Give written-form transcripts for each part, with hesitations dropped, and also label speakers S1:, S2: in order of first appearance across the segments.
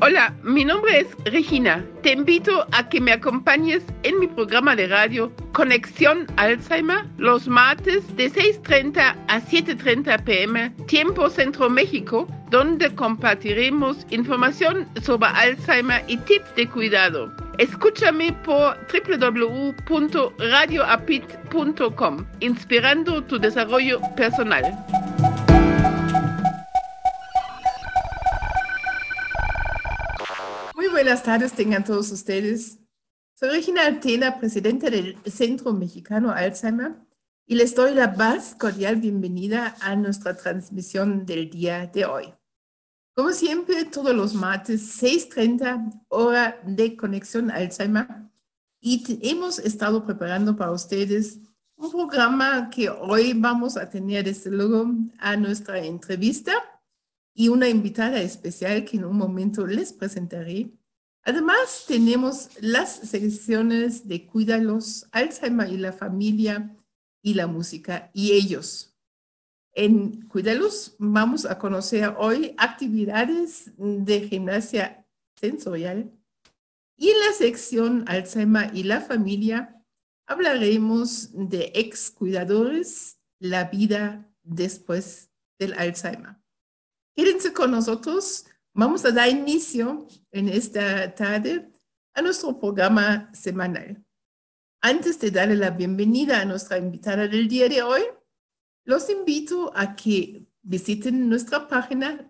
S1: Hola, mi nombre es Regina. Te invito a que me acompañes en mi programa de radio Conexión Alzheimer los martes de 6:30 a 7:30 p.m. tiempo Centro México, donde compartiremos información sobre Alzheimer y tips de cuidado. Escúchame por www.radioapit.com, inspirando tu desarrollo personal.
S2: Muy buenas tardes tengan todos ustedes. Soy Regina Altena, presidenta del Centro Mexicano Alzheimer, y les doy la más cordial bienvenida a nuestra transmisión del día de hoy. Como siempre, todos los martes, 6:30, hora de Conexión Alzheimer, y hemos estado preparando para ustedes un programa que hoy vamos a tener, desde luego, a nuestra entrevista y una invitada especial que en un momento les presentaré. Además, tenemos las secciones de Cuídalos, Alzheimer y la familia y la música y ellos. En Cuídalos vamos a conocer hoy actividades de gimnasia sensorial, y en la sección Alzheimer y la familia hablaremos de ex cuidadores, la vida después del Alzheimer. Quédense con nosotros. Vamos a dar inicio en esta tarde a nuestro programa semanal. Antes de darle la bienvenida a nuestra invitada del día de hoy, los invito a que visiten nuestra página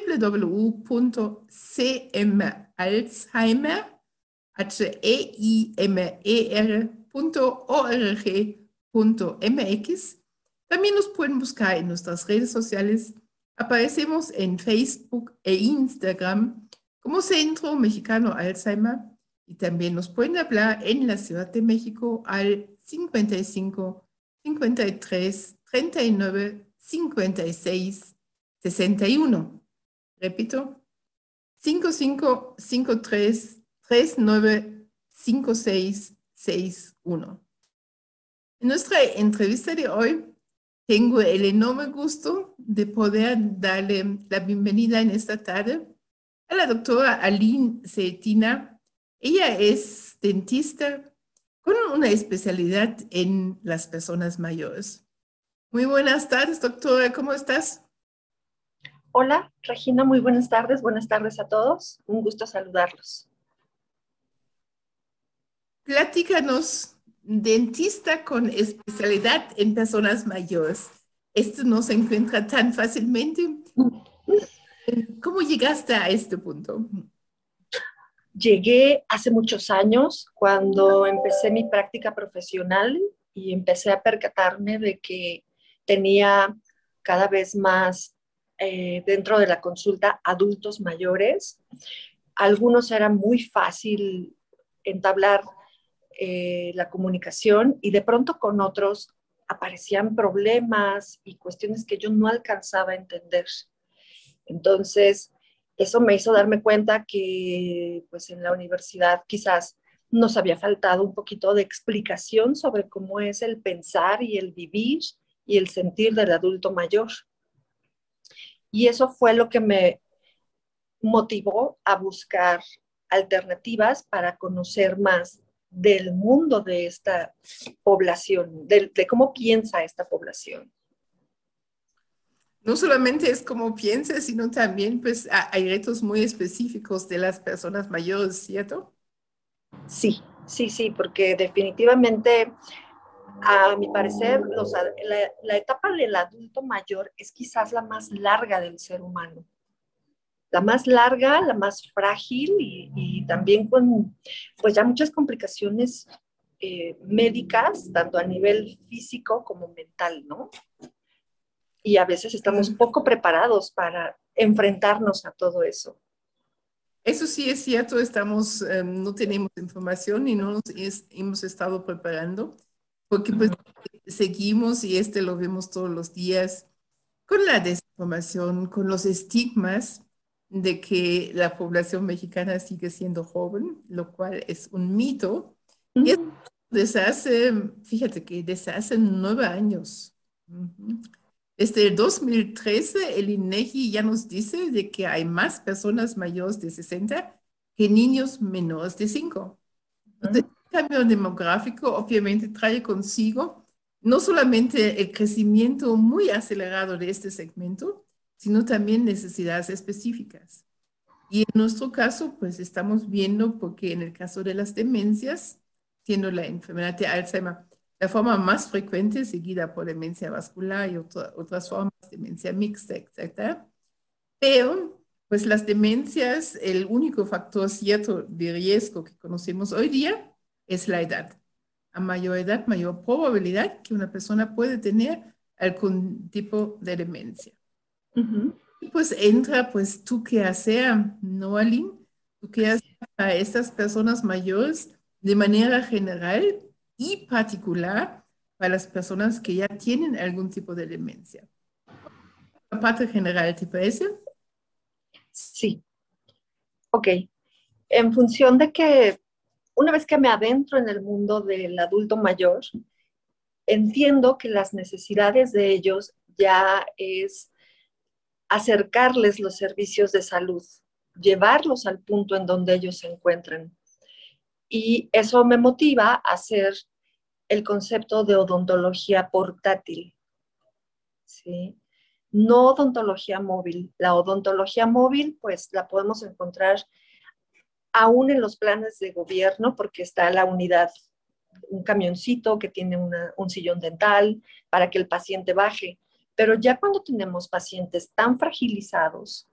S2: www.heimer.org.mx. También nos pueden buscar en nuestras redes sociales. Aparecemos en Facebook e Instagram como Centro Mexicano Alzheimer, y también nos pueden hablar en la Ciudad de México al 55 53 39 56 61. Repito, 55 53 39 56 61. En nuestra entrevista de hoy, tengo el enorme gusto de poder darle la bienvenida en esta tarde a la doctora Aline Cetina. Ella es dentista con una especialidad en las personas mayores. Muy buenas tardes, doctora. ¿Cómo estás?
S3: Hola, Regina. Muy buenas tardes. Buenas tardes a todos. Un gusto saludarlos.
S2: Platícanos, dentista con especialidad en personas mayores. Esto no se encuentra tan fácilmente. ¿Cómo llegaste a este punto?
S3: Llegué hace muchos años cuando empecé mi práctica profesional y empecé a percatarme de que tenía cada vez más dentro de la consulta adultos mayores. Algunos era muy fácil entablar la comunicación, y de pronto con otros aparecían problemas y cuestiones que yo no alcanzaba a entender. Entonces, eso me hizo darme cuenta que pues en la universidad quizás nos había faltado un poquito de explicación sobre cómo es el pensar y el vivir y el sentir del adulto mayor. Y eso fue lo que me motivó a buscar alternativas para conocer más del mundo de esta población, de cómo piensa esta población.
S2: No solamente es como piensas, sino también pues hay retos muy específicos de las personas mayores, ¿cierto?
S3: Sí, sí, sí, porque definitivamente, a mi parecer, la etapa del adulto mayor es quizás la más larga del ser humano. La más larga, la más frágil y también con pues ya muchas complicaciones médicas, tanto a nivel físico como mental, ¿no? Y a veces estamos poco preparados para enfrentarnos a todo eso.
S2: Eso sí es cierto, no tenemos información y no hemos estado preparando, porque pues seguimos, y lo vemos todos los días, con la desinformación, con los estigmas de que la población mexicana sigue siendo joven, lo cual es un mito. Y es fíjate que desde hace 9 años. Desde el 2013, el INEGI ya nos dice de que hay más personas mayores de 60 que niños menores de 5. Entonces, el cambio demográfico obviamente trae consigo no solamente el crecimiento muy acelerado de este segmento, sino también necesidades específicas. Y en nuestro caso, pues estamos viendo, porque en el caso de las demencias, siendo la enfermedad de Alzheimer la forma más frecuente, seguida por demencia vascular y otras formas, demencia mixta, etcétera. Pero, pues las demencias, el único factor cierto de riesgo que conocemos hoy día es la edad. A mayor edad, mayor probabilidad que una persona puede tener algún tipo de demencia. Y pues entra, pues tú qué hacer, ¿no, Aline? Tú qué hacer a estas personas mayores de manera general y particular para las personas que ya tienen algún tipo de demencia. La parte general, ¿te parece?
S3: Sí, ok. En función de que una vez que me adentro en el mundo del adulto mayor, entiendo que las necesidades de ellos ya es acercarles los servicios de salud, llevarlos al punto en donde ellos se encuentran. Y eso me motiva a hacer el concepto de odontología portátil, ¿sí? No odontología móvil. La odontología móvil, pues la podemos encontrar aún en los planes de gobierno, porque está la unidad, un camioncito que tiene un sillón dental para que el paciente baje. Pero ya cuando tenemos pacientes tan fragilizados,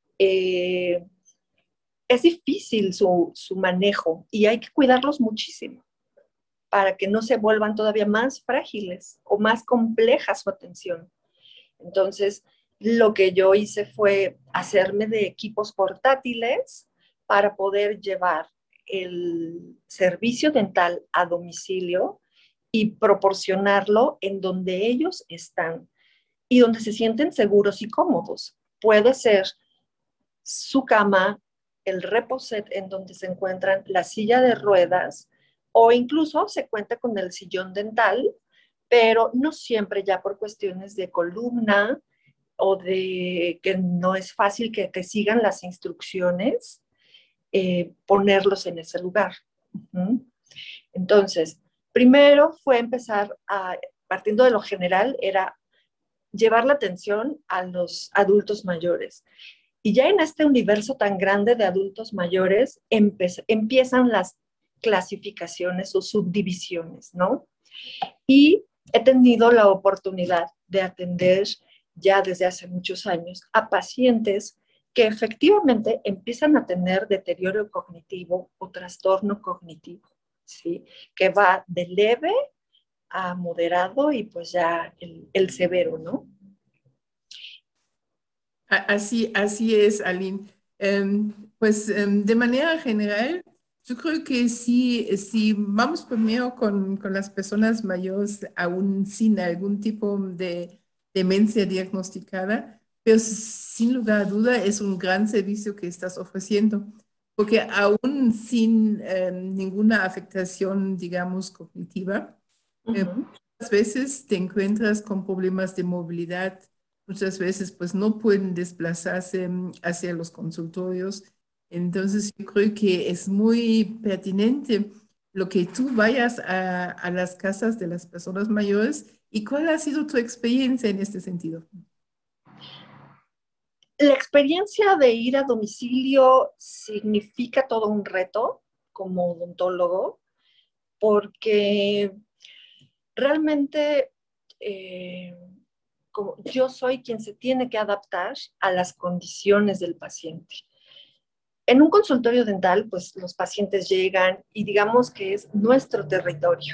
S3: es difícil su manejo y hay que cuidarlos muchísimo para que no se vuelvan todavía más frágiles o más compleja su atención. Entonces, lo que yo hice fue hacerme de equipos portátiles para poder llevar el servicio dental a domicilio y proporcionarlo en donde ellos están y donde se sienten seguros y cómodos. Puede ser su cama, el reposet en donde se encuentran la silla de ruedas o incluso se cuenta con el sillón dental, pero no siempre ya por cuestiones de columna o de que no es fácil que te sigan las instrucciones, ponerlos en ese lugar. Entonces, primero fue empezar partiendo de lo general, era llevar la atención a los adultos mayores. Y ya en este universo tan grande de adultos mayores empiezan las clasificaciones o subdivisiones, ¿no? Y he tenido la oportunidad de atender ya desde hace muchos años a pacientes que efectivamente empiezan a tener deterioro cognitivo o trastorno cognitivo, ¿sí? Que va de leve a moderado y pues ya el severo, ¿no?
S2: Así es, Aline. Pues de manera general, yo creo que sí, si vamos primero con las personas mayores aún sin algún tipo de demencia diagnosticada, pero sin lugar a duda es un gran servicio que estás ofreciendo, porque aún sin ninguna afectación, digamos, cognitiva, muchas veces te encuentras con problemas de movilidad. Muchas veces pues no pueden desplazarse hacia los consultorios. Entonces yo creo que es muy pertinente lo que tú vayas a las casas de las personas mayores. ¿Y cuál ha sido tu experiencia en este sentido?
S3: La experiencia de ir a domicilio significa todo un reto como odontólogo, porque realmente como yo soy quien se tiene que adaptar a las condiciones del paciente. En un consultorio dental, pues los pacientes llegan y digamos que es nuestro territorio.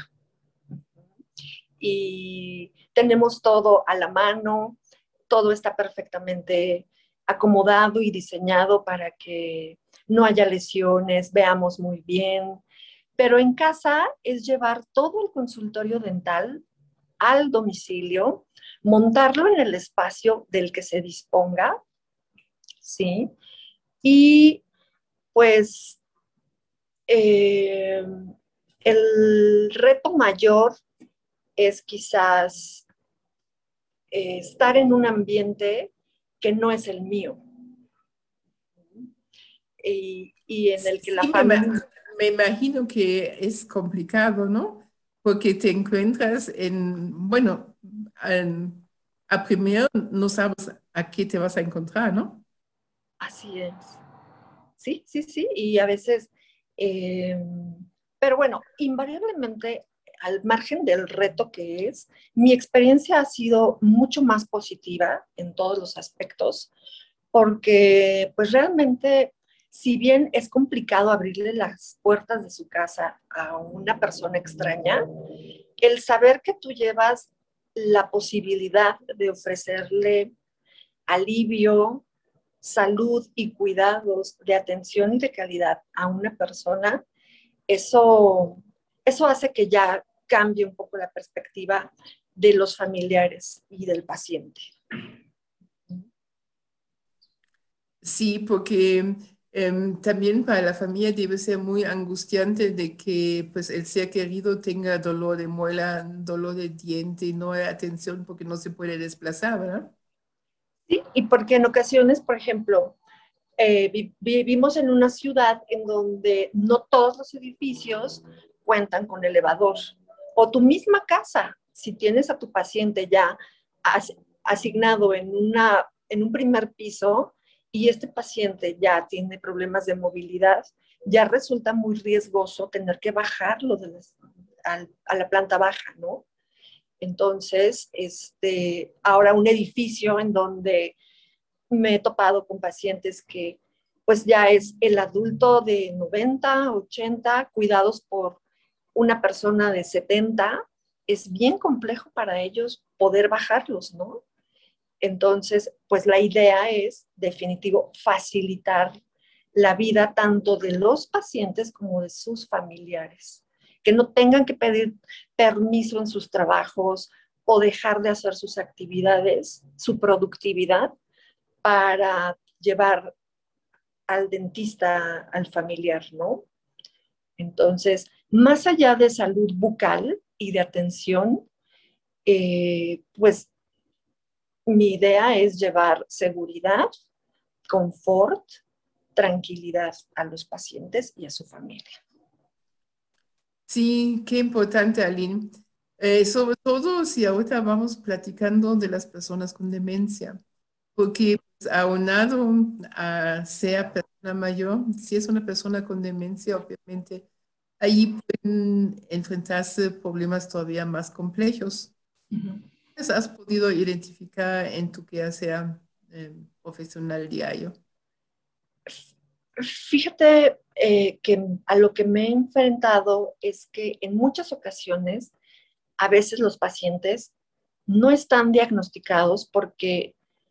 S3: Y tenemos todo a la mano, todo está perfectamente acomodado y diseñado para que no haya lesiones, veamos muy bien. Pero en casa es llevar todo el consultorio dental al domicilio, montarlo en el espacio del que se disponga, ¿sí? Y pues el reto mayor es quizás estar en un ambiente que no es el mío. Y en el que la
S2: Sí,
S3: familia...
S2: me imagino que es complicado, ¿no? Porque te encuentras bueno, a primero no sabes a qué te vas a encontrar, ¿no?
S3: Así es. Sí, sí, sí. Y a veces, eh, pero bueno, invariablemente, al margen del reto que es, mi experiencia ha sido mucho más positiva en todos los aspectos, porque pues realmente, si bien es complicado abrirle las puertas de su casa a una persona extraña, el saber que tú llevas la posibilidad de ofrecerle alivio, salud y cuidados de atención y de calidad a una persona, eso, eso hace que ya cambie un poco la perspectiva de los familiares y del paciente.
S2: Sí, porque también para la familia debe ser muy angustiante de que pues el ser querido tenga dolor de muela, dolor de diente, no hay atención porque no se puede desplazar, ¿verdad?
S3: ¿Sí? Y porque en ocasiones, por ejemplo, vivimos en una ciudad en donde no todos los edificios cuentan con elevador. O tu misma casa, si tienes a tu paciente ya asignado en un primer piso y este paciente ya tiene problemas de movilidad, ya resulta muy riesgoso tener que bajarlo a la planta baja, ¿no? Entonces, ahora un edificio en donde me he topado con pacientes que pues ya es el adulto de 90, 80, cuidados por una persona de 70, es bien complejo para ellos poder bajarlos, ¿no? Entonces, pues la idea es, definitivo, facilitar la vida tanto de los pacientes como de sus familiares, que no tengan que pedir permiso en sus trabajos o dejar de hacer sus actividades, su productividad, para llevar al dentista, al familiar, ¿no? Entonces, más allá de salud bucal y de atención, pues mi idea es llevar seguridad, confort, tranquilidad a los pacientes y a su familia.
S2: Sí, qué importante, Aline. Sobre todo si ahorita vamos platicando de las personas con demencia, porque pues, aunado a sea persona mayor, si es una persona con demencia, obviamente ahí pueden enfrentarse problemas todavía más complejos.
S3: Uh-huh.
S2: ¿Has podido identificar en tu quehacer profesional diario?
S3: Fíjate que a lo que me he enfrentado es que en muchas ocasiones, a veces los pacientes no están diagnosticados porque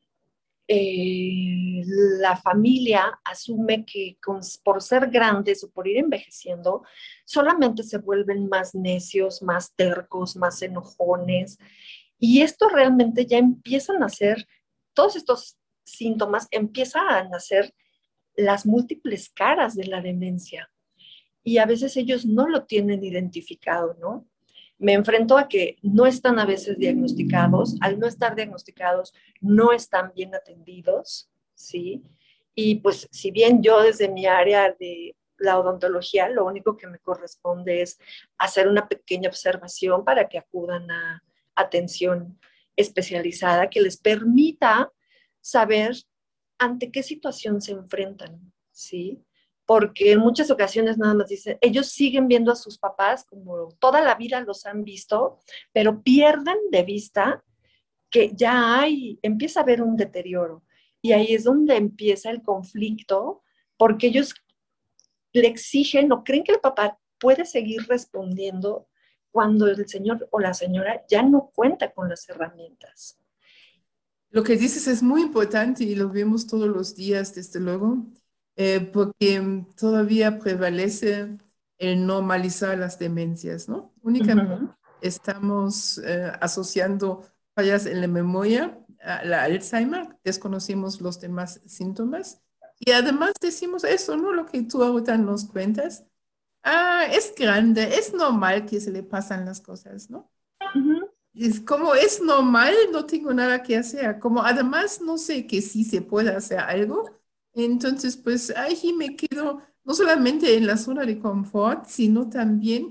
S3: la familia asume que por ser grandes o por ir envejeciendo, solamente se vuelven más necios, más tercos, más enojones. Y esto realmente ya empiezan a ser, todos estos síntomas empiezan a nacer las múltiples caras de la demencia. Y a veces ellos no lo tienen identificado, ¿no? Me enfrento a que no están a veces diagnosticados, al no estar diagnosticados no están bien atendidos, ¿sí? Y pues si bien yo desde mi área de la odontología, lo único que me corresponde es hacer una pequeña observación para que acudan a atención especializada que les permita saber ante qué situación se enfrentan, ¿sí? Porque en muchas ocasiones nada más dicen, ellos siguen viendo a sus papás como toda la vida los han visto, pero pierden de vista que empieza a haber un deterioro. Y ahí es donde empieza el conflicto, porque ellos le exigen o creen que el papá puede seguir respondiendo cuando el señor o la señora ya no cuenta con las herramientas.
S2: Lo que dices es muy importante y lo vemos todos los días, desde luego, porque todavía prevalece el normalizar las demencias, ¿no? Únicamente
S3: Uh-huh.
S2: estamos asociando fallas en la memoria a la Alzheimer, desconocimos los demás síntomas y además decimos eso, ¿no? Lo que tú ahorita nos cuentas. Ah, es grande, es normal que se le pasan las cosas, ¿no?
S3: Uh-huh.
S2: es como es normal, no tengo nada que hacer. Como además no sé que sí se puede hacer algo, entonces pues ahí me quedo no solamente en la zona de confort, sino también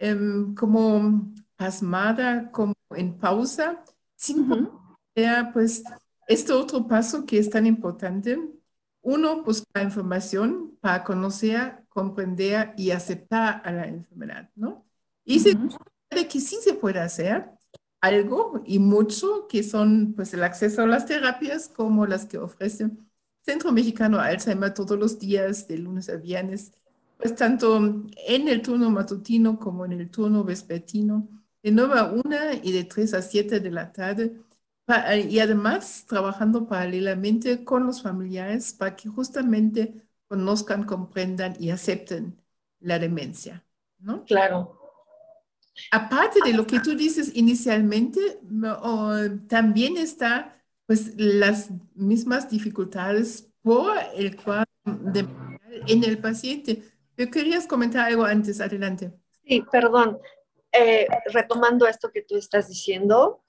S2: como pasmada, como en pausa, sin poder,
S3: Ujú,
S2: pues este otro paso que es tan importante. Uno, buscar información para conocer, comprender y aceptar a la enfermedad, ¿no? Y se
S3: ujú,
S2: de que sí se puede hacer algo y mucho, que son pues el acceso a las terapias como las que ofrece Centro Mexicano Alzheimer todos los días, de lunes a viernes, pues tanto en el turno matutino como en el turno vespertino, de 9 a 1 y de 3 a 7 de la tarde. Y además trabajando paralelamente con los familiares para que justamente conozcan, comprendan y acepten la demencia, ¿no?
S3: claro.
S2: Aparte de lo que tú dices inicialmente, también está pues las mismas dificultades por el cuadro de en el paciente. ¿Pero querías comentar algo antes? Adelante.
S3: Sí, perdón. Retomando esto que tú estás diciendo,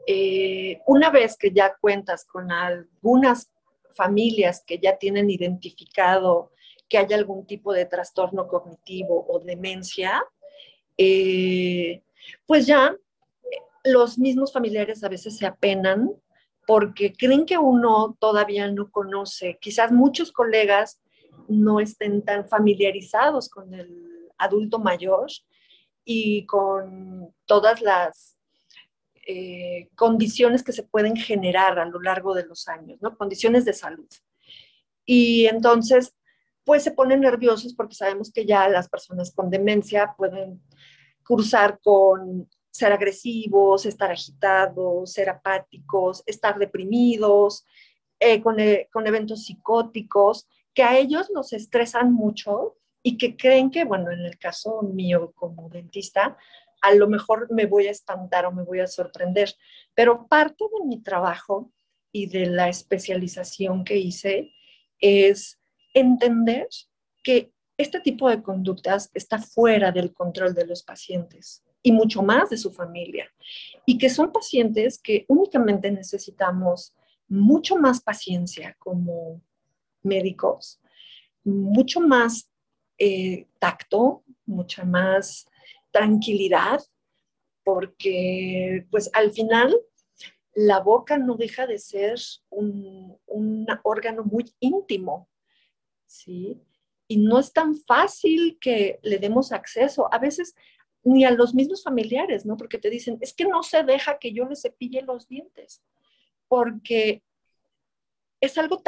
S3: una vez que ya cuentas con algunas familias que ya tienen identificado que hay algún tipo de trastorno cognitivo o demencia, eh, pues ya los mismos familiares a veces se apenan porque creen que uno todavía no conoce. Quizás muchos colegas no estén tan familiarizados con el adulto mayor y con todas las condiciones que se pueden generar a lo largo de los años, ¿no? Condiciones de salud. Y entonces, pues se ponen nerviosos porque sabemos que ya las personas con demencia pueden cursar con ser agresivos, estar agitados, ser apáticos, estar deprimidos, con eventos psicóticos, que a ellos los estresan mucho y que creen que, bueno, en el caso mío como dentista, a lo mejor me voy a espantar o me voy a sorprender, pero parte de mi trabajo y de la especialización que hice es entender que este tipo de conductas está fuera del control de los pacientes y mucho más de su familia, y que son pacientes que únicamente necesitamos mucho más paciencia como médicos, mucho más tacto, mucha más tranquilidad, porque pues al final la boca no deja de ser un órgano muy íntimo, ¿sí? Y no es tan fácil que le demos acceso, a veces ni a los mismos familiares, ¿no? Porque te dicen, es que no se deja que yo le cepille los dientes, porque es algo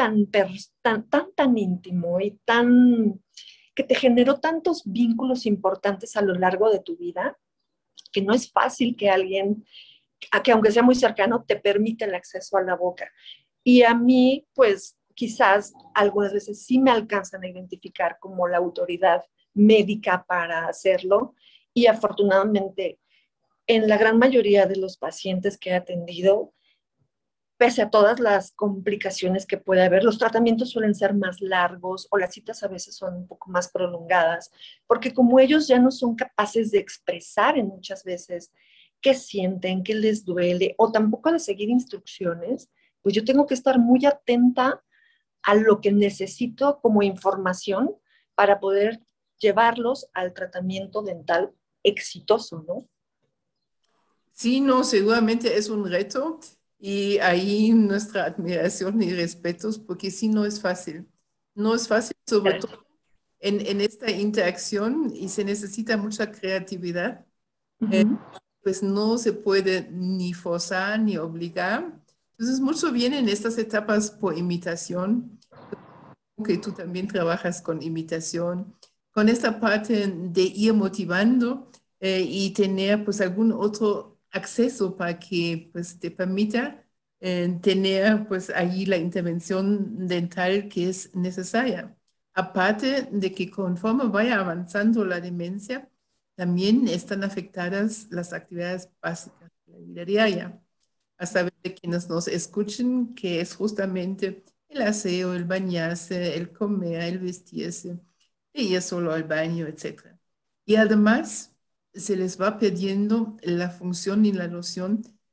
S3: tan íntimo y tan que te generó tantos vínculos importantes a lo largo de tu vida, que no es fácil que alguien, a que aunque sea muy cercano, te permita el acceso a la boca. Y a mí, pues quizás algunas veces sí me alcanzan a identificar como la autoridad médica para hacerlo, y afortunadamente en la gran mayoría de los pacientes que he atendido, pese a todas las complicaciones que puede haber, los tratamientos suelen ser más largos o las citas a veces son un poco más prolongadas, porque como ellos ya no son capaces de expresar en muchas veces qué sienten, qué les duele, o tampoco de seguir instrucciones, pues yo tengo que estar muy atenta a lo que necesito como información para poder llevarlos al tratamiento dental exitoso, ¿no?
S2: Sí, no, seguramente es un reto y ahí nuestra admiración y respetos, porque sí, no es fácil. No es fácil, sobre todo
S3: Gracias.
S2: en esta interacción y se necesita mucha creatividad. Eh,
S3: Ujú.
S2: pues no se puede ni forzar ni obligar. Entonces, mucho viene en estas etapas por imitación, que tú también trabajas con imitación, con esta parte de ir motivando y tener pues algún otro acceso para que pues te permita tener pues ahí la intervención dental que es necesaria. Aparte de que conforme vaya avanzando la demencia, también están afectadas las actividades básicas de la vida diaria. A saber de quienes nos escuchen, que es justamente el aseo, el bañarse, el comer, el vestirse, de ir solo al baño, etcétera. Y además se les va perdiendo la función y la noción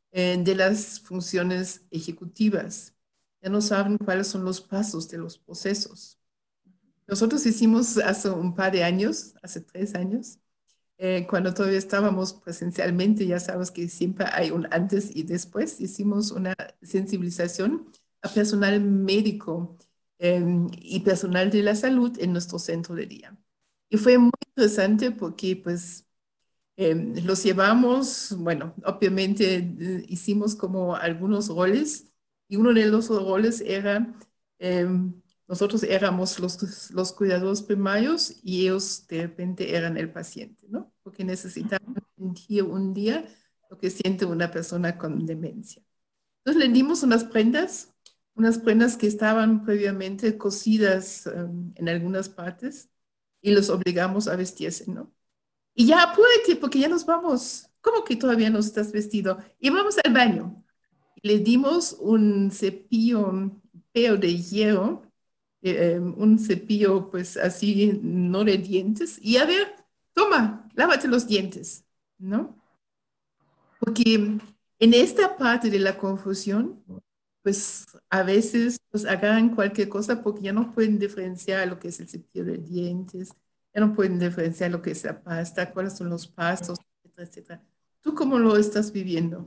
S2: de las funciones ejecutivas. Ya no saben cuáles son los pasos de los procesos. Nosotros hicimos hace un par de años, hace 3 años, cuando todavía estábamos presencialmente, ya sabes que siempre hay un antes y después, hicimos una sensibilización a personal médico y personal de la salud en nuestro centro de día. Y fue muy interesante porque pues los llevamos, bueno, obviamente hicimos como algunos roles y uno de los roles era, nosotros éramos los cuidadores primarios y ellos de repente eran el paciente, ¿no? Porque necesitaban sentir un día lo que siente una persona con demencia. Entonces le dimos unas prendas que estaban previamente cosidas en algunas partes y los obligamos a vestirse, ¿no? Y ya apúrate porque ya nos vamos. ¿Cómo que todavía no estás vestido? Y vamos al baño. Le dimos un cepillo, pero de hierro, un cepillo pues así, no de dientes. Y a ver, toma, lávate los dientes, ¿no? Porque en esta parte de la confusión, pues a veces pues agarran cualquier cosa porque ya no pueden diferenciar lo que es el cepillo de dientes, ya no pueden diferenciar lo que es la pasta, cuáles son los pasos, etcétera, etcétera. ¿Tú cómo lo estás viviendo?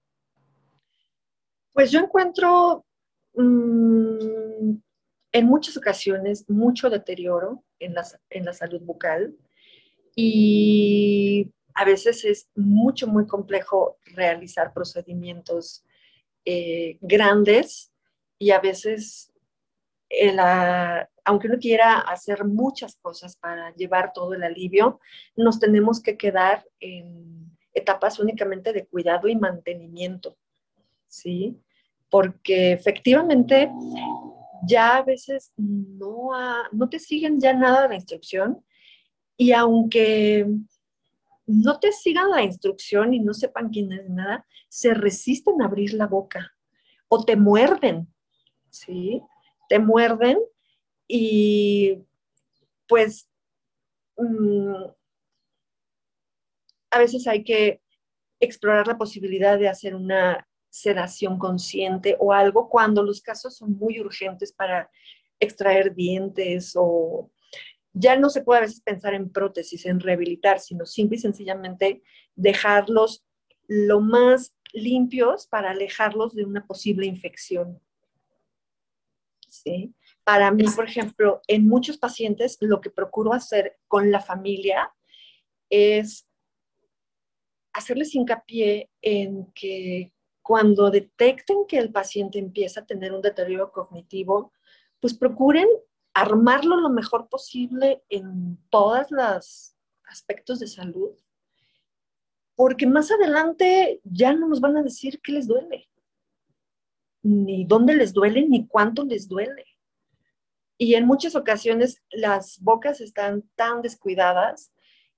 S3: Pues yo encuentro en muchas ocasiones mucho deterioro en la salud bucal y a veces es muy complejo realizar procedimientos grandes y a veces, aunque uno quiera hacer muchas cosas para llevar todo el alivio, nos tenemos que quedar en etapas únicamente de cuidado y mantenimiento, ¿sí? Porque efectivamente ya a veces no te siguen ya nada de la instrucción y aunque no te sigan la instrucción y no sepan quién es nada, se resisten a abrir la boca o te muerden, ¿sí? Te muerden y pues a veces hay que explorar la posibilidad de hacer una sedación consciente o algo cuando los casos son muy urgentes para extraer dientes o ya no se puede a veces pensar en prótesis, en rehabilitar, sino simple y sencillamente dejarlos lo más limpios para alejarlos de una posible infección. ¿Sí? Para mí, por ejemplo, en muchos pacientes lo que procuro hacer con la familia es hacerles hincapié en que cuando detecten que el paciente empieza a tener un deterioro cognitivo, pues procuren armarlo lo mejor posible en todos los aspectos de salud, porque más adelante ya no nos van a decir qué les duele, ni dónde les duele, ni cuánto les duele. Y en muchas ocasiones las bocas están tan descuidadas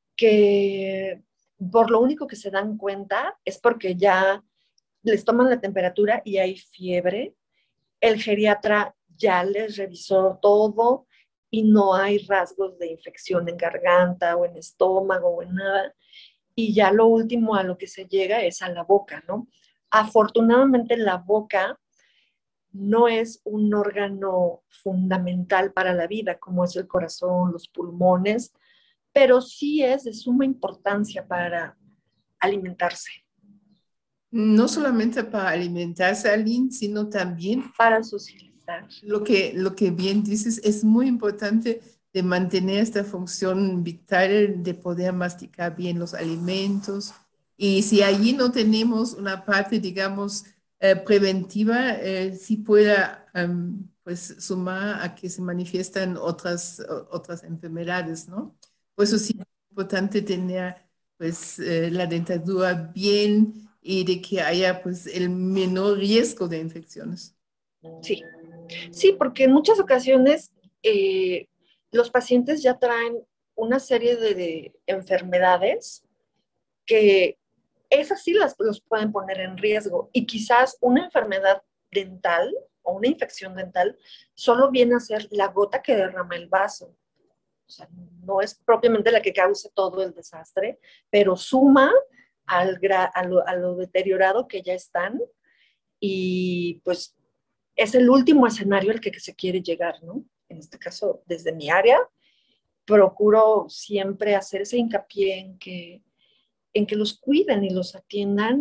S3: que por lo único que se dan cuenta es porque ya les toman la temperatura y hay fiebre. El geriatra ya les revisó todo y no hay rasgos de infección en garganta o en estómago o en nada. Y ya lo último a lo que se llega es a la boca, ¿no? Afortunadamente la boca no es un órgano fundamental para la vida, como es el corazón, los pulmones, pero sí es de suma importancia para alimentarse.
S2: No solamente para alimentarse, Aline, sino también
S3: para socializar.
S2: lo que bien dices, es muy importante de mantener esta función vital de poder masticar bien los alimentos. Y si allí no tenemos una parte, digamos, preventiva, sí pueda pues sumar a que se manifiestan otras enfermedades, ¿no? Por eso sí es importante tener pues la dentadura bien y de que haya pues el menor riesgo de infecciones.
S3: Sí, sí, porque en muchas ocasiones los pacientes ya traen una serie de enfermedades que esas sí los pueden poner en riesgo y quizás una enfermedad dental o una infección dental solo viene a ser la gota que derrama el vaso. O sea, no es propiamente la que cause todo el desastre, pero suma a lo deteriorado que ya están, y pues es el último escenario al que se quiere llegar, ¿no? En este caso, desde mi área, procuro siempre hacer ese hincapié en que los cuiden y los atiendan,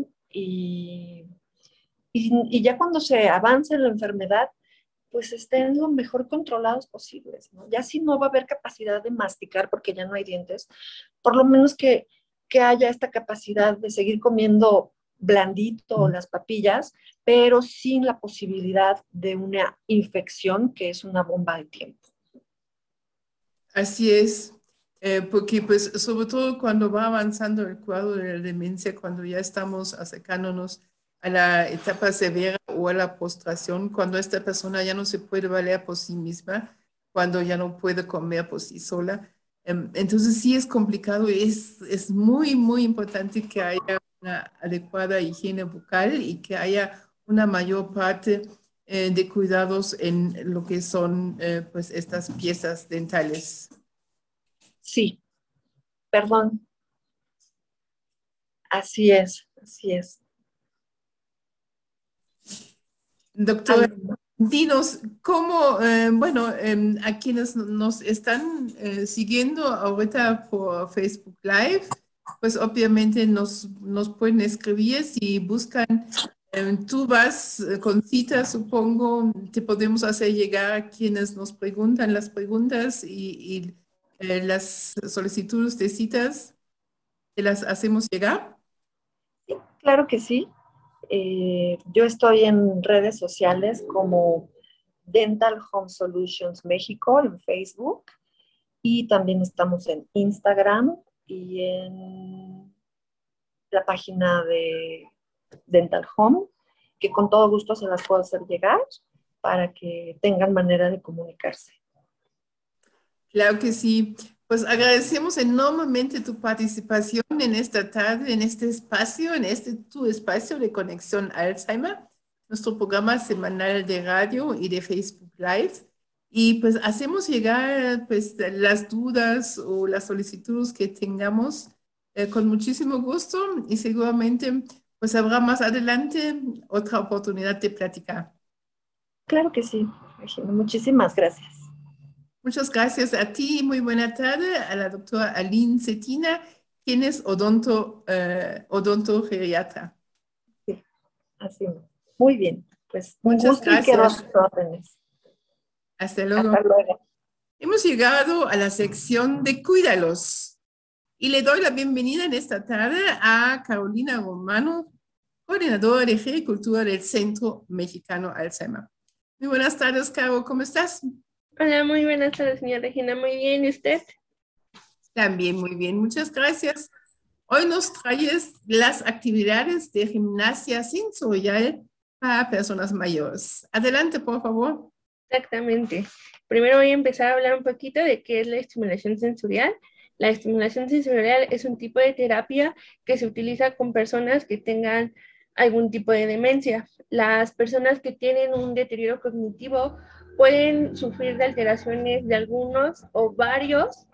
S3: y ya cuando se avance en la enfermedad, pues estén lo mejor controlados posibles, ¿no? Ya si no va a haber capacidad de masticar porque ya no hay dientes, por lo menos que haya esta capacidad de seguir comiendo blandito las papillas, pero sin la posibilidad de una infección que es una bomba de tiempo.
S2: Así es, porque pues sobre todo cuando va avanzando el cuadro de la demencia, cuando ya estamos acercándonos a la etapa severa o a la postración, cuando esta persona ya no se puede valer por sí misma, cuando ya no puede comer por sí sola. Entonces sí es complicado y es muy, muy importante que haya una adecuada higiene bucal y que haya una mayor parte de cuidados en lo que son pues estas piezas dentales.
S3: Sí, perdón, así es, así es.
S2: Doctora, dinos cómo, bueno, a quienes nos están siguiendo ahorita por Facebook Live, pues obviamente nos pueden escribir si buscan. Tú vas con citas, supongo, te podemos hacer llegar a quienes nos preguntan las preguntas y las solicitudes de citas, ¿te las hacemos llegar?
S3: Sí, claro que sí. Yo estoy en redes sociales como Dental Home Solutions México en Facebook, y también estamos en Instagram y en la página de Dental Home, que con todo gusto se las puedo hacer llegar para que tengan manera de comunicarse.
S2: Claro que sí. Pues agradecemos enormemente tu participación en esta tarde, en este espacio, en este tu espacio de Conexión Alzheimer, nuestro programa semanal de radio y de Facebook Live. Y pues hacemos llegar pues las dudas o las solicitudes que tengamos con muchísimo gusto y seguramente pues habrá más adelante otra oportunidad de platicar.
S3: Claro que sí, Regina. Muchísimas gracias.
S2: Muchas gracias a ti. Muy buena tarde a la doctora Aline Cetina, quien es odontogeriatra.
S3: Sí, así es. Muy bien. Pues un
S2: Muchas
S3: gusto y quedo a
S2: gracias.
S3: sus órdenes.
S2: Hasta luego.
S3: Hasta luego.
S2: Hemos llegado a la sección de Cuídalos y le doy la bienvenida en esta tarde a Carolina Romano, coordinadora de Gericultura del Centro Mexicano Alzheimer. Muy buenas tardes, Caro. ¿Cómo estás?
S4: Hola, muy buenas tardes, señora Regina. Muy bien, ¿y usted?
S2: También muy bien, muchas gracias. Hoy nos traes las actividades de gimnasia sensorial para personas mayores. Adelante, por favor.
S4: Exactamente. Primero voy a empezar a hablar un poquito de qué es la estimulación sensorial. La estimulación sensorial es un tipo de terapia que se utiliza con personas que tengan algún tipo de demencia. Las personas que tienen un deterioro cognitivo pueden sufrir de alteraciones de algunos o varios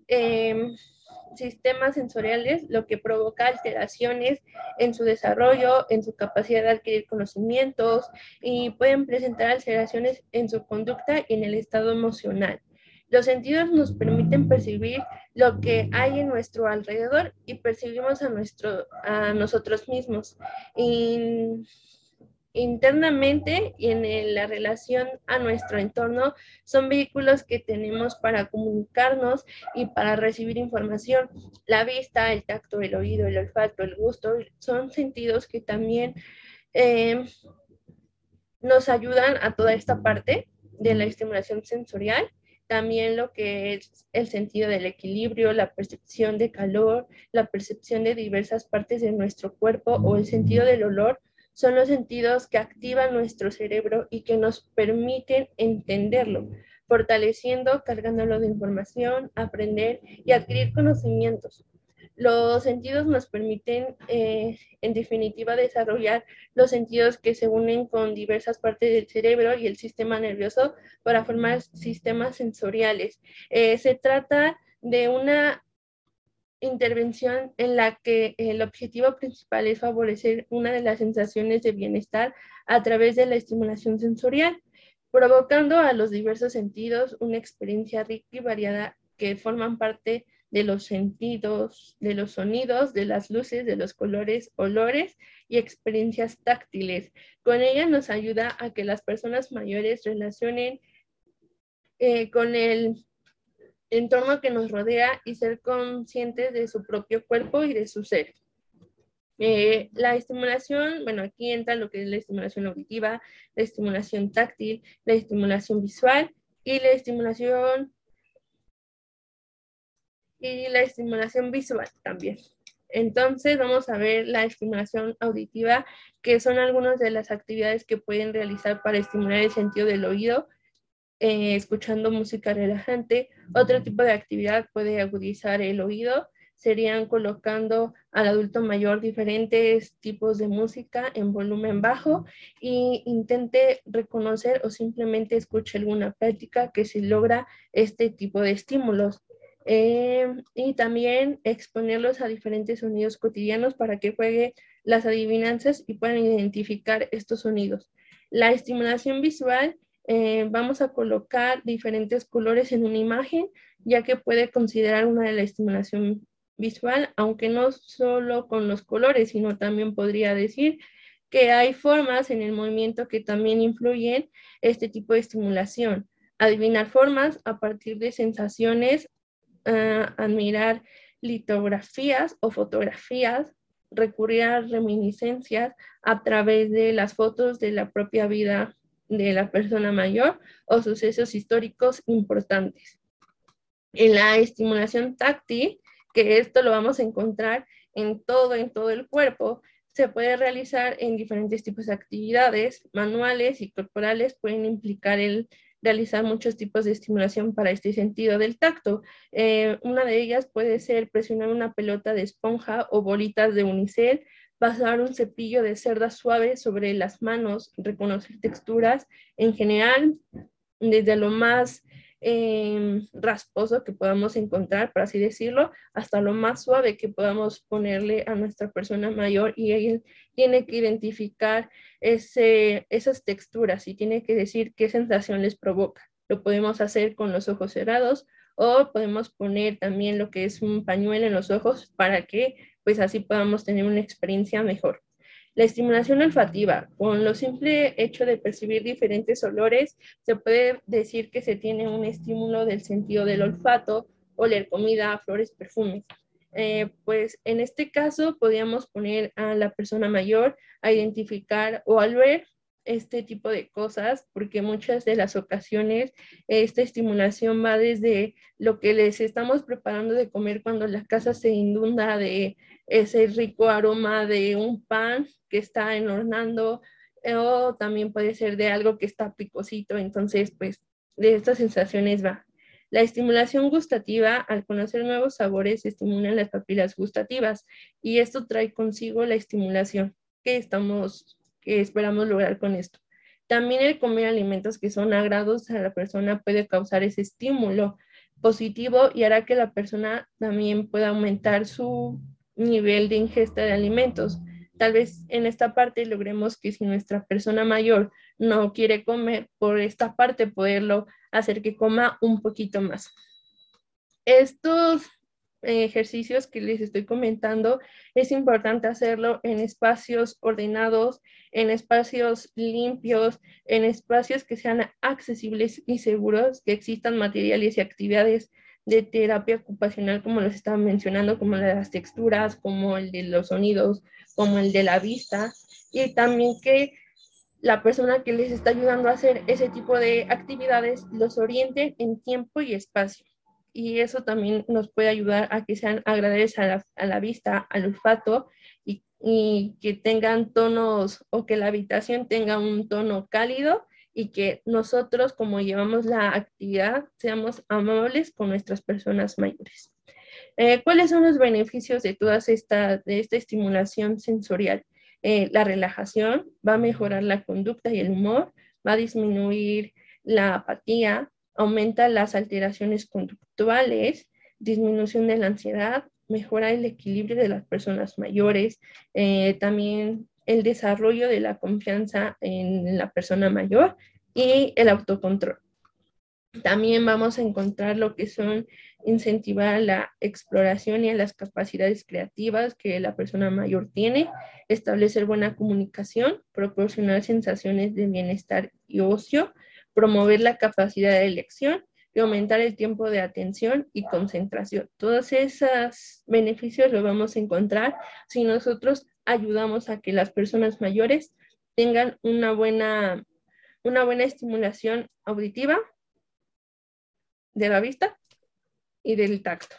S4: sistemas sensoriales, lo que provoca alteraciones en su desarrollo, en su capacidad de adquirir conocimientos, y pueden presentar alteraciones en su conducta y en el estado emocional. Los sentidos nos permiten percibir lo que hay en nuestro alrededor y percibimos a nosotros mismos. Internamente y en la relación a nuestro entorno, son vehículos que tenemos para comunicarnos y para recibir información. La vista, el tacto, el oído, el olfato, el gusto son sentidos que también eh, nos ayudan a toda esta parte de la estimulación sensorial. También lo que es el sentido del equilibrio, la percepción de calor, la percepción de diversas partes de nuestro cuerpo, o el sentido del olor, son los sentidos que activan nuestro cerebro y que nos permiten entenderlo, fortaleciendo, cargándolo de información, aprender y adquirir conocimientos. Los sentidos nos permiten, en definitiva, desarrollar los sentidos que se unen con diversas partes del cerebro y el sistema nervioso para formar sistemas sensoriales. Se trata de una intervención en la que el objetivo principal es favorecer una de las sensaciones de bienestar a través de la estimulación sensorial, provocando a los diversos sentidos una experiencia rica y variada que forman parte de los sentidos, de los sonidos, de las luces, de los colores, olores y experiencias táctiles. Con ella nos ayuda a que las personas mayores relacionen con el entorno que nos rodea y ser conscientes de su propio cuerpo y de su ser. La estimulación, bueno, aquí entra lo que es la estimulación auditiva, la estimulación táctil, la estimulación visual y la estimulación visual también. Entonces vamos a ver la estimulación auditiva, que son algunas de las actividades que pueden realizar para estimular el sentido del oído, escuchando música relajante. Otro tipo de actividad puede agudizar el oído, serían colocando al adulto mayor diferentes tipos de música en volumen bajo y intente reconocer o simplemente escuche alguna práctica que se logra este tipo de estímulos. Y también exponerlos a diferentes sonidos cotidianos para que juegue las adivinanzas y puedan identificar estos sonidos. La estimulación visual, vamos a colocar diferentes colores en una imagen, ya que puede considerar una de la estimulación visual, aunque no solo con los colores, sino también podría decir que hay formas en el movimiento que también influyen este tipo de estimulación. Adivinar formas a partir de sensaciones, admirar litografías o fotografías, recurrir a reminiscencias a través de las fotos de la propia vida de la persona mayor o sucesos históricos importantes. En la estimulación táctil, que esto lo vamos a encontrar en todo el cuerpo, se puede realizar en diferentes tipos de actividades manuales y corporales, pueden implicar el realizar muchos tipos de estimulación para este sentido del tacto. Una de ellas puede ser presionar una pelota de esponja o bolitas de unicel, pasar un cepillo de cerdas suave sobre las manos, reconocer texturas en general, desde lo más rasposo que podamos encontrar, por así decirlo, hasta lo más suave que podamos ponerle a nuestra persona mayor, y ella tiene que identificar esas texturas y tiene que decir qué sensación les provoca. Lo podemos hacer con los ojos cerrados o podemos poner también lo que es un pañuelo en los ojos para que pues así podamos tener una experiencia mejor. La estimulación olfativa, con lo simple hecho de percibir diferentes olores, se puede decir que se tiene un estímulo del sentido del olfato, oler comida, flores, perfumes. Pues en este caso podríamos poner a la persona mayor a identificar o al ver este tipo de cosas, porque muchas de las ocasiones esta estimulación va desde lo que les estamos preparando de comer cuando la casa se inunda de ese rico aroma de un pan que está enhornando, o también puede ser de algo que está picosito. Entonces pues de estas sensaciones va. La estimulación gustativa, al conocer nuevos sabores, estimulan las papilas gustativas y esto trae consigo la estimulación que esperamos lograr con esto. También el comer alimentos que son agradables a la persona puede causar ese estímulo positivo y hará que la persona también pueda aumentar su nivel de ingesta de alimentos. Tal vez en esta parte logremos que si nuestra persona mayor no quiere comer, por esta parte poderlo hacer que coma un poquito más. Estos ejercicios que les estoy comentando, es importante hacerlo en espacios ordenados, en espacios limpios, en espacios que sean accesibles y seguros, que existan materiales y actividades de terapia ocupacional, como los estaba mencionando, como las texturas, como el de los sonidos, como el de la vista, y también que la persona que les está ayudando a hacer ese tipo de actividades los oriente en tiempo y espacio. Y eso también nos puede ayudar a que sean agradables a la vista, al olfato, y que tengan tonos, o que la habitación tenga un tono cálido, y que nosotros, como llevamos la actividad, seamos amables con nuestras personas mayores. ¿Cuáles son los beneficios de esta estimulación sensorial? La relajación, va a mejorar la conducta y el humor, va a disminuir la apatía, aumenta las alteraciones conductuales, disminución de la ansiedad, mejorar el equilibrio de las personas mayores, también el desarrollo de la confianza en la persona mayor y el autocontrol. También vamos a encontrar lo que son incentivar la exploración y a las capacidades creativas que la persona mayor tiene, establecer buena comunicación, proporcionar sensaciones de bienestar y ocio, promover la capacidad de elección y aumentar el tiempo de atención y concentración. Todos esos beneficios los vamos a encontrar si nosotros ayudamos a que las personas mayores tengan una buena estimulación auditiva, de la vista y del tacto.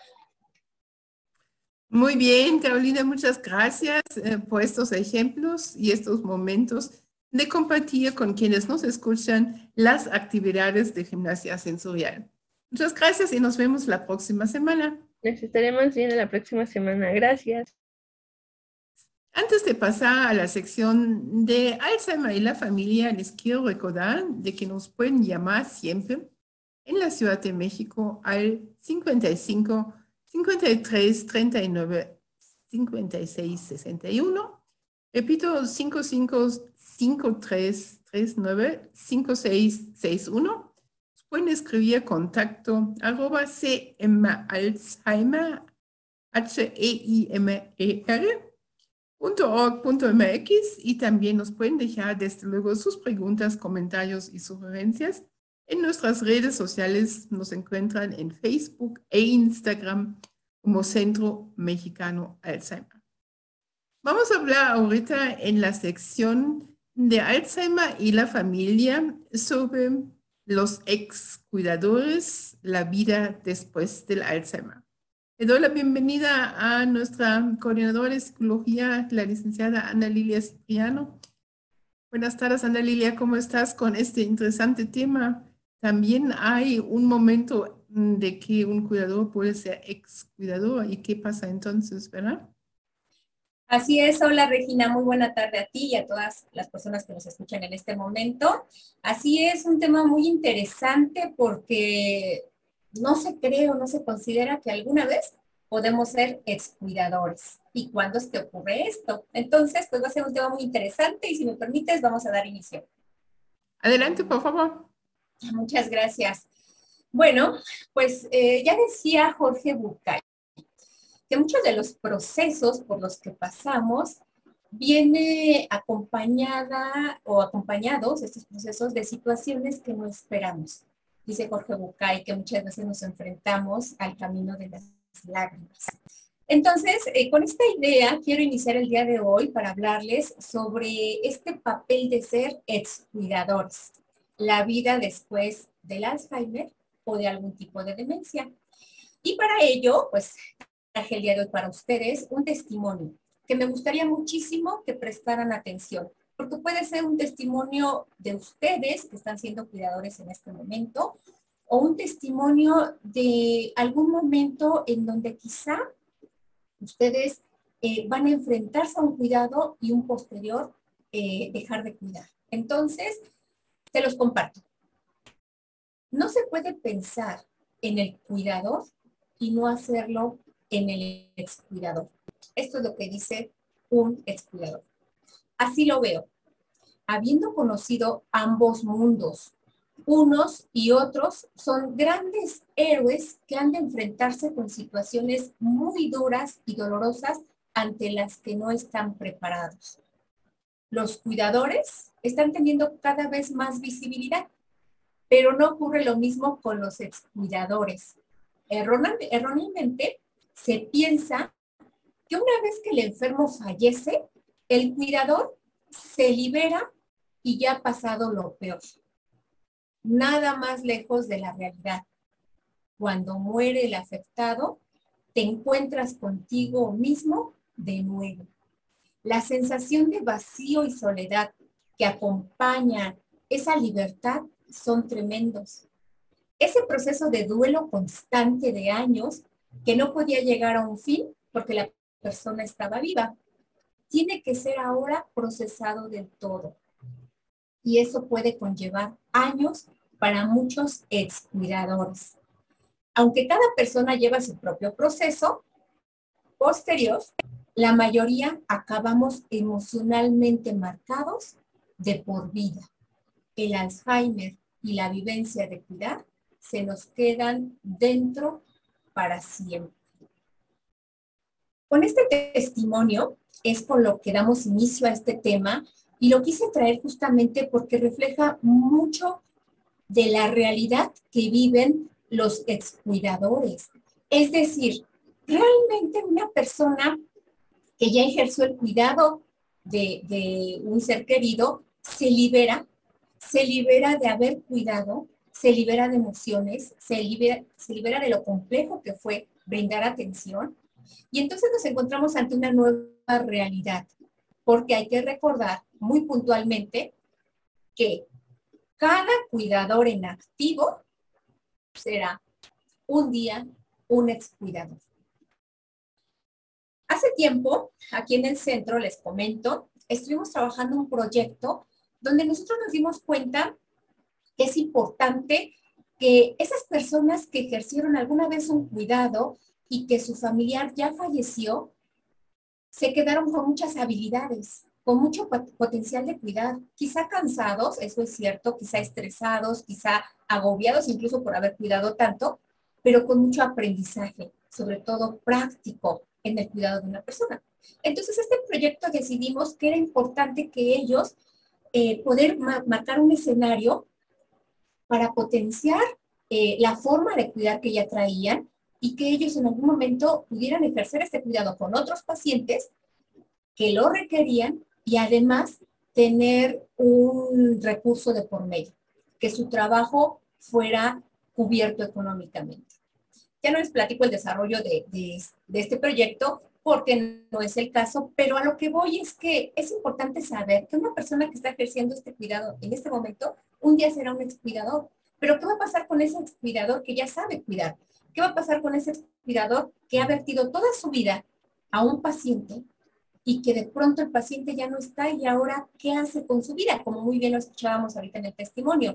S2: Muy bien, Carolina, muchas gracias por estos ejemplos y estos momentos de compartir con quienes nos escuchan las actividades de gimnasia sensorial. Muchas gracias y nos vemos la próxima semana.
S4: Nos estaremos viendo la próxima semana. Gracias.
S2: Antes de pasar a la sección de Alzheimer y la familia, les quiero recordar de que nos pueden llamar siempre en la Ciudad de México al 55 53 39 56 61. Repito, 55 53 39 56 61. Pueden escribir contacto @cmalzheimer, HEIMER.org.mx y también nos pueden dejar desde luego sus preguntas, comentarios y sugerencias. En nuestras redes sociales nos encuentran en Facebook e Instagram como Centro Mexicano Alzheimer. Vamos a hablar ahorita en la sección de Alzheimer y la familia sobre los ex cuidadores, la vida después del Alzheimer. Le doy la bienvenida a nuestra coordinadora de psicología, la licenciada Ana Lilia Cipriano. Buenas tardes, Ana Lilia, ¿cómo estás con este interesante tema? También hay un momento de que un cuidador puede ser ex cuidador y qué pasa entonces, ¿verdad?
S5: Así es, hola Regina, muy buena tarde a ti y a todas las personas que nos escuchan en este momento. Así es, un tema muy interesante porque no se cree o no se considera que alguna vez podemos ser excuidadores. ¿Y cuándo es que ocurre esto? Entonces, pues va a ser un tema muy interesante y si me permites, vamos a dar inicio.
S2: Adelante, por favor.
S5: Muchas gracias. Bueno, pues ya decía Jorge Bucay que muchos de los procesos por los que pasamos viene acompañada o acompañados estos procesos de situaciones que no esperamos. Dice Jorge Bucay que muchas veces nos enfrentamos al camino de las lágrimas. Entonces, con esta idea quiero iniciar el día de hoy para hablarles sobre este papel de ser excuidadores, la vida después del Alzheimer o de algún tipo de demencia. Y para ello, pues, traje el día de hoy para ustedes un testimonio que me gustaría muchísimo que prestaran atención, porque puede ser un testimonio de ustedes que están siendo cuidadores en este momento, o un testimonio de algún momento en donde quizá ustedes van a enfrentarse a un cuidado y un posterior dejar de cuidar. Entonces, se los comparto. No se puede pensar en el cuidador y no hacerlo en el excuidador. Esto es lo que dice un excuidador. Así lo veo. Habiendo conocido ambos mundos, unos y otros son grandes héroes que han de enfrentarse con situaciones muy duras y dolorosas ante las que no están preparados. Los cuidadores están teniendo cada vez más visibilidad, pero no ocurre lo mismo con los excuidadores. Erróneamente se piensa que una vez que el enfermo fallece, el cuidador se libera y ya ha pasado lo peor. Nada más lejos de la realidad. Cuando muere el afectado, te encuentras contigo mismo de nuevo. La sensación de vacío y soledad que acompaña esa libertad son tremendos. Ese proceso de duelo constante de años que no podía llegar a un fin porque la persona estaba viva, tiene que ser ahora procesado del todo. Y eso puede conllevar años para muchos excuidadores. Aunque cada persona lleva su propio proceso, posterior, la mayoría acabamos emocionalmente marcados de por vida. El Alzheimer y la vivencia de cuidar se nos quedan dentro para siempre. Con este testimonio es con lo que damos inicio a este tema y lo quise traer justamente porque refleja mucho de la realidad que viven los excuidadores. Es decir, realmente una persona que ya ejerció el cuidado de un ser querido se libera de haber cuidado, se libera de emociones, se libera de lo complejo que fue brindar atención. Y entonces nos encontramos ante una nueva realidad, porque hay que recordar muy puntualmente que cada cuidador en activo será un día un excuidador. Hace tiempo, aquí en el centro, les comento, estuvimos trabajando un proyecto donde nosotros nos dimos cuenta que es importante que esas personas que ejercieron alguna vez un cuidado y que su familiar ya falleció, se quedaron con muchas habilidades, con mucho potencial de cuidar, quizá cansados, eso es cierto, quizá estresados, quizá agobiados incluso por haber cuidado tanto, pero con mucho aprendizaje, sobre todo práctico en el cuidado de una persona. Entonces, este proyecto decidimos que era importante que ellos poder marcar un escenario para potenciar la forma de cuidar que ya traían y que ellos en algún momento pudieran ejercer este cuidado con otros pacientes que lo requerían y además tener un recurso de por medio, que su trabajo fuera cubierto económicamente. Ya no les platico el desarrollo de este proyecto porque no es el caso, pero a lo que voy es que es importante saber que una persona que está ejerciendo este cuidado en este momento, un día será un excuidador. Pero ¿qué va a pasar con ese excuidador que ya sabe cuidar? ¿Qué va a pasar con ese excuidador que ha vertido toda su vida a un paciente y que de pronto el paciente ya no está y ahora qué hace con su vida? Como muy bien lo escuchábamos ahorita en el testimonio.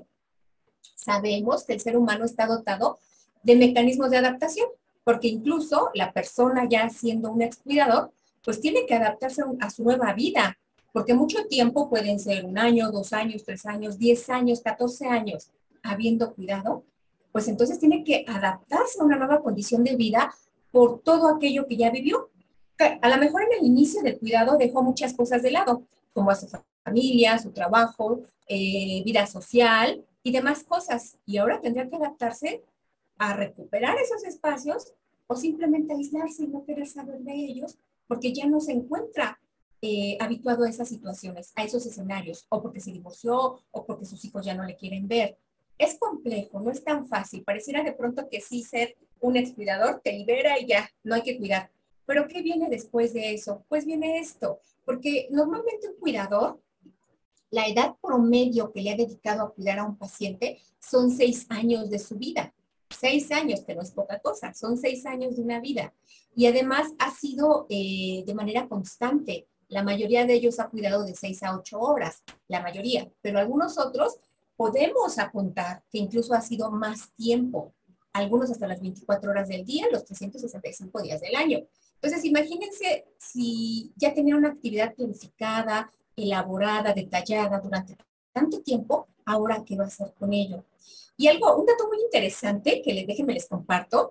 S5: Sabemos que el ser humano está dotado de mecanismos de adaptación, porque incluso la persona ya siendo un excuidador, pues tiene que adaptarse a su nueva vida, porque mucho tiempo pueden ser 1 año, 2 años, 3 años, 10 años, 14 años habiendo cuidado, pues entonces tiene que adaptarse a una nueva condición de vida por todo aquello que ya vivió. A lo mejor en el inicio del cuidado dejó muchas cosas de lado, como a su familia, su trabajo, vida social y demás cosas. Y ahora tendrá que adaptarse a recuperar esos espacios o simplemente aislarse y no querer saber de ellos porque ya no se encuentra habituado a esas situaciones, a esos escenarios, o porque se divorció o porque sus hijos ya no le quieren ver. Es complejo, no es tan fácil. Pareciera de pronto que sí ser un excuidador te libera y ya, no hay que cuidar. Pero ¿qué viene después de eso? Pues viene esto, porque normalmente un cuidador, la edad promedio que le ha dedicado a cuidar a un paciente son 6 años de su vida. 6 años, que no es poca cosa, son 6 años de una vida. Y además ha sido de manera constante. La mayoría de ellos ha cuidado de 6 a 8 horas, la mayoría, pero algunos otros podemos apuntar que incluso ha sido más tiempo, algunos hasta las 24 horas del día, los 365 días del año. Entonces, imagínense si ya tenían una actividad planificada, elaborada, detallada durante tanto tiempo, ahora qué va a hacer con ello. Y un dato muy interesante que déjenme les comparto,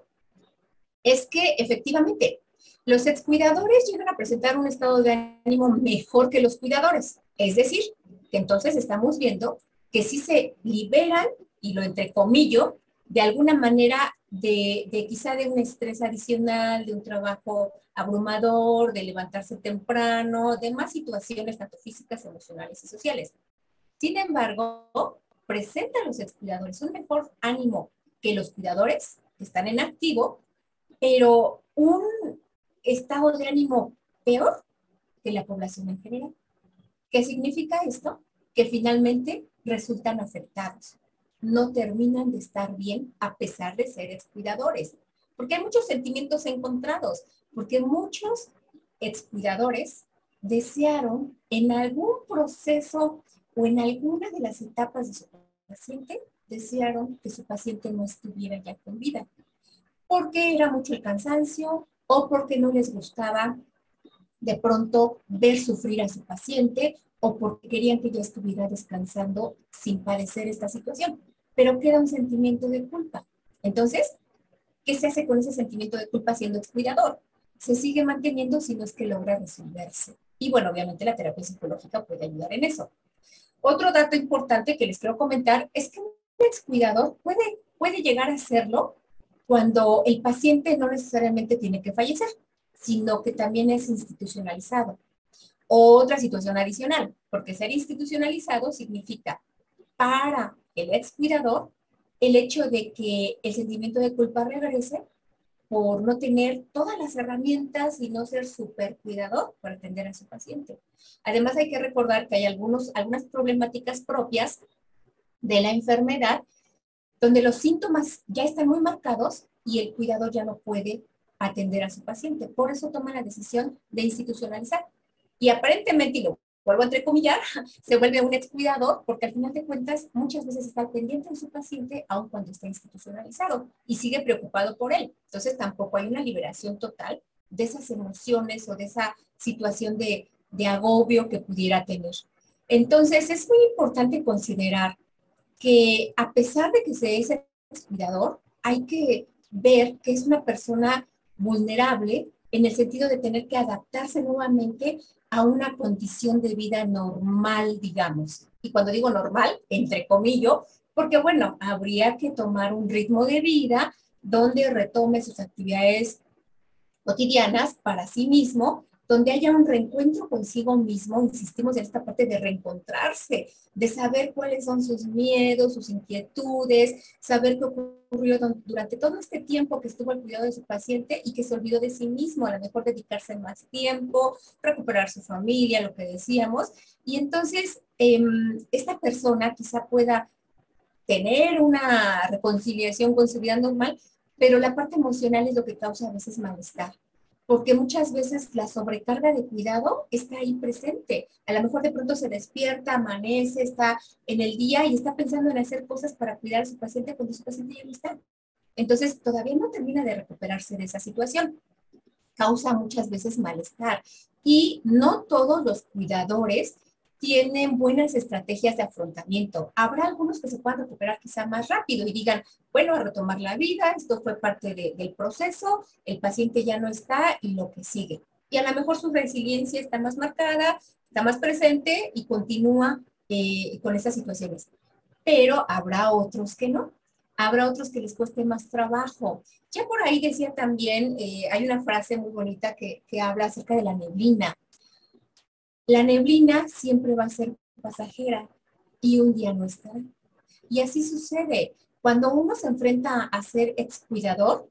S5: es que efectivamente los excuidadores llegan a presentar un estado de ánimo mejor que los cuidadores. Es decir, que entonces estamos viendo que sí se liberan, y lo entrecomillo, de alguna manera quizá de un estrés adicional, de un trabajo abrumador, de levantarse temprano, de más situaciones tanto físicas, emocionales y sociales. Sin embargo, presentan los excuidadores un mejor ánimo que los cuidadores que están en activo, pero un estado de ánimo peor que la población en general. ¿Qué significa esto? Que finalmente resultan afectados. No terminan de estar bien a pesar de ser excuidadores. Porque hay muchos sentimientos encontrados. Porque muchos excuidadores desearon en algún proceso o en alguna de las etapas de su paciente, desearon que su paciente no estuviera ya con vida. Porque era mucho el cansancio, o porque no les gustaba de pronto ver sufrir a su paciente o porque querían que ella estuviera descansando sin padecer esta situación, pero queda un sentimiento de culpa. Entonces, ¿qué se hace con ese sentimiento de culpa siendo excuidador? Se sigue manteniendo si no es que logra resolverse. Y bueno, obviamente la terapia psicológica puede ayudar en eso. Otro dato importante que les quiero comentar es que un excuidador puede llegar a hacerlo cuando el paciente no necesariamente tiene que fallecer, sino que también es institucionalizado. Otra situación adicional, porque ser institucionalizado significa para el excuidador el hecho de que el sentimiento de culpa regrese por no tener todas las herramientas y no ser súper cuidador para atender a su paciente. Además, hay que recordar que hay algunas problemáticas propias de la enfermedad donde los síntomas ya están muy marcados y el cuidador ya no puede atender a su paciente. Por eso toma la decisión de institucionalizar. Y aparentemente, y lo vuelvo a entrecomillar, se vuelve un excuidador porque al final de cuentas muchas veces está pendiente de su paciente aun cuando está institucionalizado y sigue preocupado por él. Entonces tampoco hay una liberación total de esas emociones o de esa situación de agobio que pudiera tener. Entonces es muy importante considerar que a pesar de que se es cuidador, hay que ver que es una persona vulnerable en el sentido de tener que adaptarse nuevamente a una condición de vida normal, digamos. Y cuando digo normal, entre comillas, porque bueno, habría que tomar un ritmo de vida donde retome sus actividades cotidianas para sí mismo, donde haya un reencuentro consigo mismo, insistimos en esta parte de reencontrarse, de saber cuáles son sus miedos, sus inquietudes, saber qué ocurrió durante todo este tiempo que estuvo al cuidado de su paciente y que se olvidó de sí mismo, a lo mejor dedicarse más tiempo, recuperar su familia, lo que decíamos, y entonces esta persona quizá pueda tener una reconciliación con su vida normal, pero la parte emocional es lo que causa a veces malestar, porque muchas veces la sobrecarga de cuidado está ahí presente. A lo mejor de pronto se despierta, amanece, está en el día y está pensando en hacer cosas para cuidar a su paciente cuando su paciente ya no está. Entonces, todavía no termina de recuperarse de esa situación. Causa muchas veces malestar. Y no todos los cuidadores tienen buenas estrategias de afrontamiento. Habrá algunos que se puedan recuperar quizá más rápido y digan, bueno, a retomar la vida, esto fue parte del proceso, el paciente ya no está y lo que sigue. Y a lo mejor su resiliencia está más marcada, está más presente y continúa con estas situaciones. Pero habrá otros que no. Habrá otros que les cueste más trabajo. Ya por ahí decía también, hay una frase muy bonita que habla acerca de la neblina. La neblina siempre va a ser pasajera y un día no estará. Y así sucede. Cuando uno se enfrenta a ser excuidador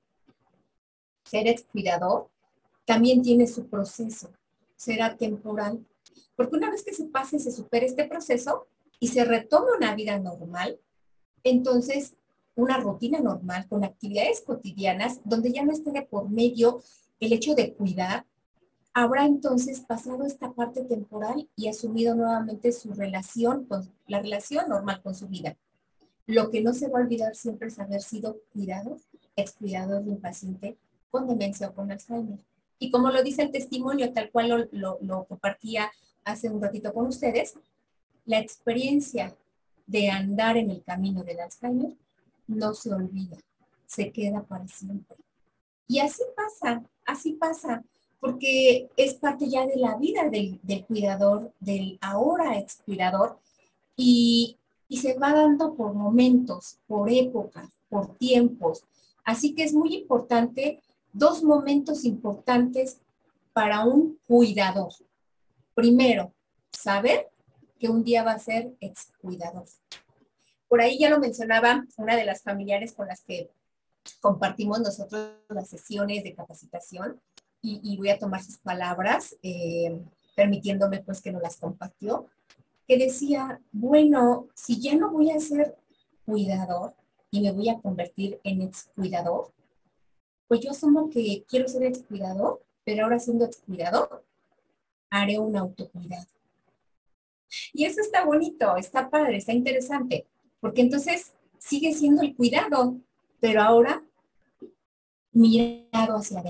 S5: también tiene su proceso. Será temporal. Porque una vez que se pase y se supere este proceso y se retome una vida normal, entonces una rutina normal con actividades cotidianas donde ya no esté de por medio el hecho de cuidar, habrá entonces pasado esta parte temporal y asumido nuevamente su relación, la relación normal con su vida. Lo que no se va a olvidar siempre es haber sido excuidador de un paciente con demencia o con Alzheimer. Y como lo dice el testimonio, tal cual lo compartía hace un ratito con ustedes, la experiencia de andar en el camino del Alzheimer no se olvida, se queda para siempre. Y así pasa, porque es parte ya de la vida del cuidador, del ahora excuidador, y se va dando por momentos, por épocas, por tiempos. Así que es muy importante, dos momentos importantes para un cuidador. Primero, saber que un día va a ser excuidador. Por ahí ya lo mencionaba una de las familiares con las que compartimos nosotros las sesiones de capacitación y voy a tomar sus palabras, permitiéndome pues que nos las compartió, que decía, bueno, si ya no voy a ser cuidador y me voy a convertir en excuidador, pues yo asumo que quiero ser excuidador, pero ahora siendo excuidador, haré un autocuidado. Y eso está bonito, está padre, está interesante, porque entonces sigue siendo el cuidado, pero ahora mirado hacia adentro.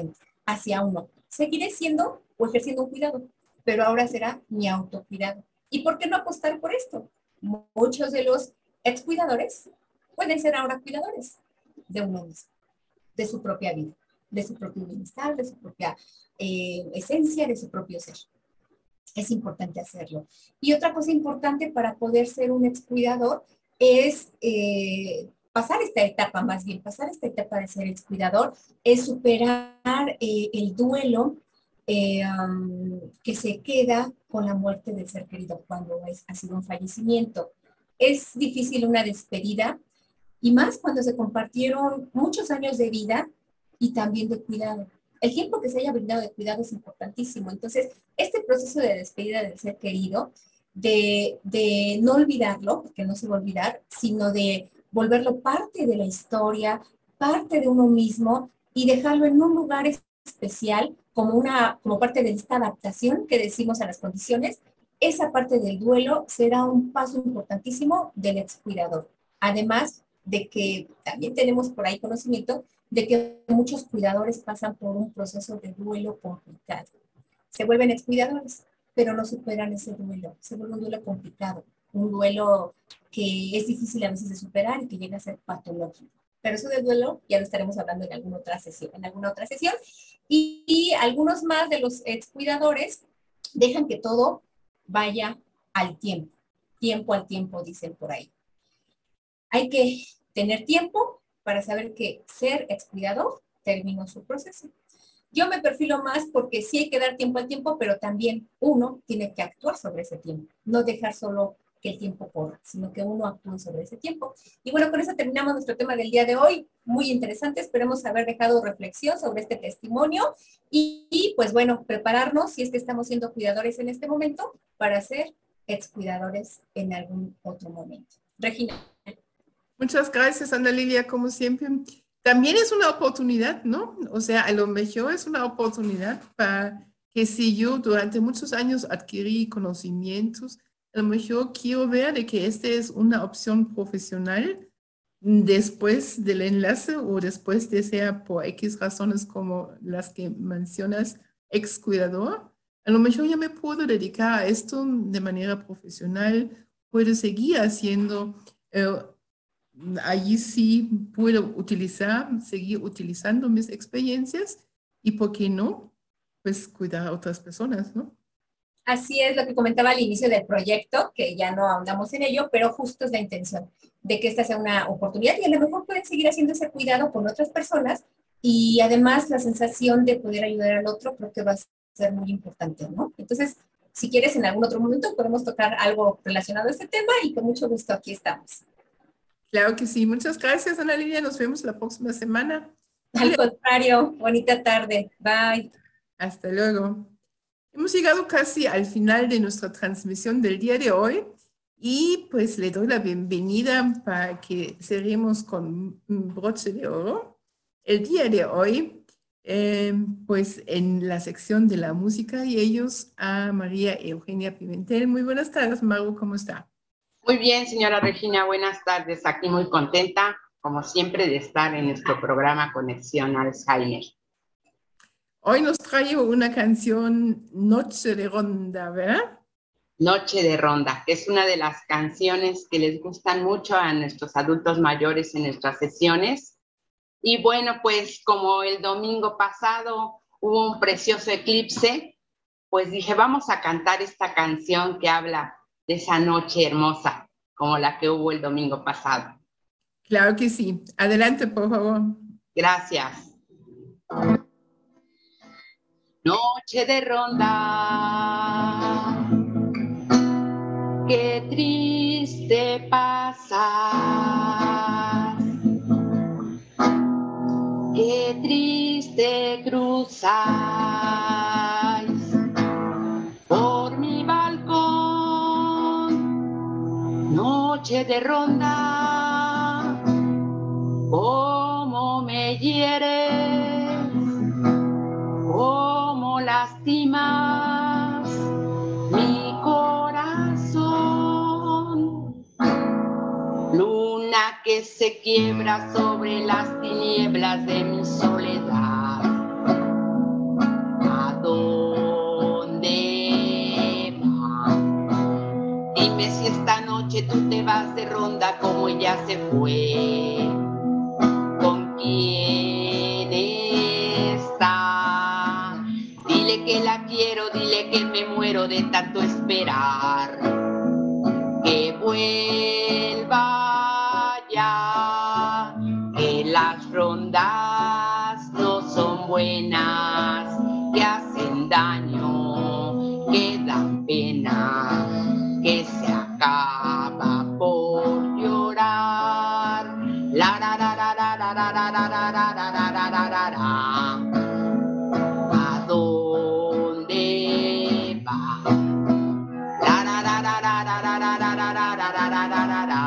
S5: hacia uno. Seguiré siendo o ejerciendo un cuidado, pero ahora será mi autocuidado. ¿Y por qué no apostar por esto? Muchos de los excuidadores pueden ser ahora cuidadores de uno mismo, de su propia vida, de su propio bienestar, de su propia esencia, de su propio ser. Es importante hacerlo. Y otra cosa importante para poder ser un excuidador es pasar esta etapa, más bien pasar esta etapa de ser excuidador, es superar el duelo que se queda con la muerte del ser querido cuando ha sido un fallecimiento. Es difícil una despedida y más cuando se compartieron muchos años de vida y también de cuidado. El tiempo que se haya brindado de cuidado es importantísimo. Entonces, este proceso de despedida del ser querido, de no olvidarlo, porque no se va a olvidar, sino de volverlo parte de la historia, parte de uno mismo y dejarlo en un lugar especial como parte de esta adaptación que decimos a las condiciones, esa parte del duelo será un paso importantísimo del excuidador. Además de que también tenemos por ahí conocimiento de que muchos cuidadores pasan por un proceso de duelo complicado. Se vuelven excuidadores, pero no superan ese duelo. Se vuelve un duelo complicado, un duelo que es difícil a veces de superar y que llega a ser patológico. Pero eso del duelo ya lo estaremos hablando en alguna otra sesión. Y algunos más de los excuidadores dejan que todo vaya al tiempo. Tiempo al tiempo, dicen por ahí. Hay que tener tiempo para saber que ser excuidador terminó su proceso. Yo me perfilo más porque sí hay que dar tiempo al tiempo, pero también uno tiene que actuar sobre ese tiempo. No dejar solo que el tiempo corra, sino que uno actúe sobre ese tiempo. Y bueno, con eso terminamos nuestro tema del día de hoy. Muy interesante. Esperemos haber dejado reflexión sobre este testimonio y pues bueno, prepararnos si es que estamos siendo cuidadores en este momento para ser excuidadores en algún otro momento. Regina.
S2: Muchas gracias, Ana Lilia, como siempre. También es una oportunidad, ¿no? O sea, a lo mejor es una oportunidad para que si yo durante muchos años adquirí conocimientos, a lo mejor quiero ver de que esta es una opción profesional después del enlace o después de ser por X razones como las que mencionas, excuidador. A lo mejor ya me puedo dedicar a esto de manera profesional, puedo seguir haciendo allí sí puedo seguir utilizando mis experiencias y, ¿por qué no? Pues cuidar a otras personas, ¿no?
S5: Así es lo que comentaba al inicio del proyecto, que ya no ahondamos en ello, pero justo es la intención de que esta sea una oportunidad y a lo mejor pueden seguir haciendo ese cuidado con otras personas y además la sensación de poder ayudar al otro creo que va a ser muy importante, ¿no? Entonces, si quieres en algún otro momento podemos tocar algo relacionado a este tema y con mucho gusto aquí estamos.
S2: Claro que sí. Muchas gracias, Ana Lilia. Nos vemos la próxima semana.
S5: Al contrario, bonita tarde. Bye.
S2: Hasta luego. Hemos llegado casi al final de nuestra transmisión del día de hoy y pues le doy la bienvenida para que cerremos con un broche de oro. El día de hoy, pues en la sección de la música y ellos a María Eugenia Pimentel. Muy buenas tardes, Maru, ¿cómo está?
S6: Muy bien, señora Regina, buenas tardes. Aquí muy contenta, como siempre, de estar en nuestro programa Conexión Alzheimer.
S2: Hoy nos trae una canción Noche de Ronda, ¿verdad?
S6: Noche de Ronda. Es una de las canciones que les gustan mucho a nuestros adultos mayores en nuestras sesiones. Y bueno, pues como el domingo pasado hubo un precioso eclipse, pues dije, vamos a cantar esta canción que habla de esa noche hermosa, como la que hubo el domingo pasado.
S2: Claro que sí. Adelante, por favor.
S6: Gracias. Noche de ronda, qué triste pasar, qué triste cruzáis por mi balcón. Noche de ronda, cómo me hieres, cómo lastimas mi corazón. Luna que se quiebra sobre las tinieblas de mi soledad. tú te vas de ronda como ella se fue. ¿Con quién está? Dile que la quiero, dile que me muero de tanto esperar. Que vuelva ya, que las rondas no son buenas, que hacen daño, que dan pena, que se acaba por llorar. La la la la la la la la la la la la la la la. ¿A dónde va? La la la la la la la la la la la la la la.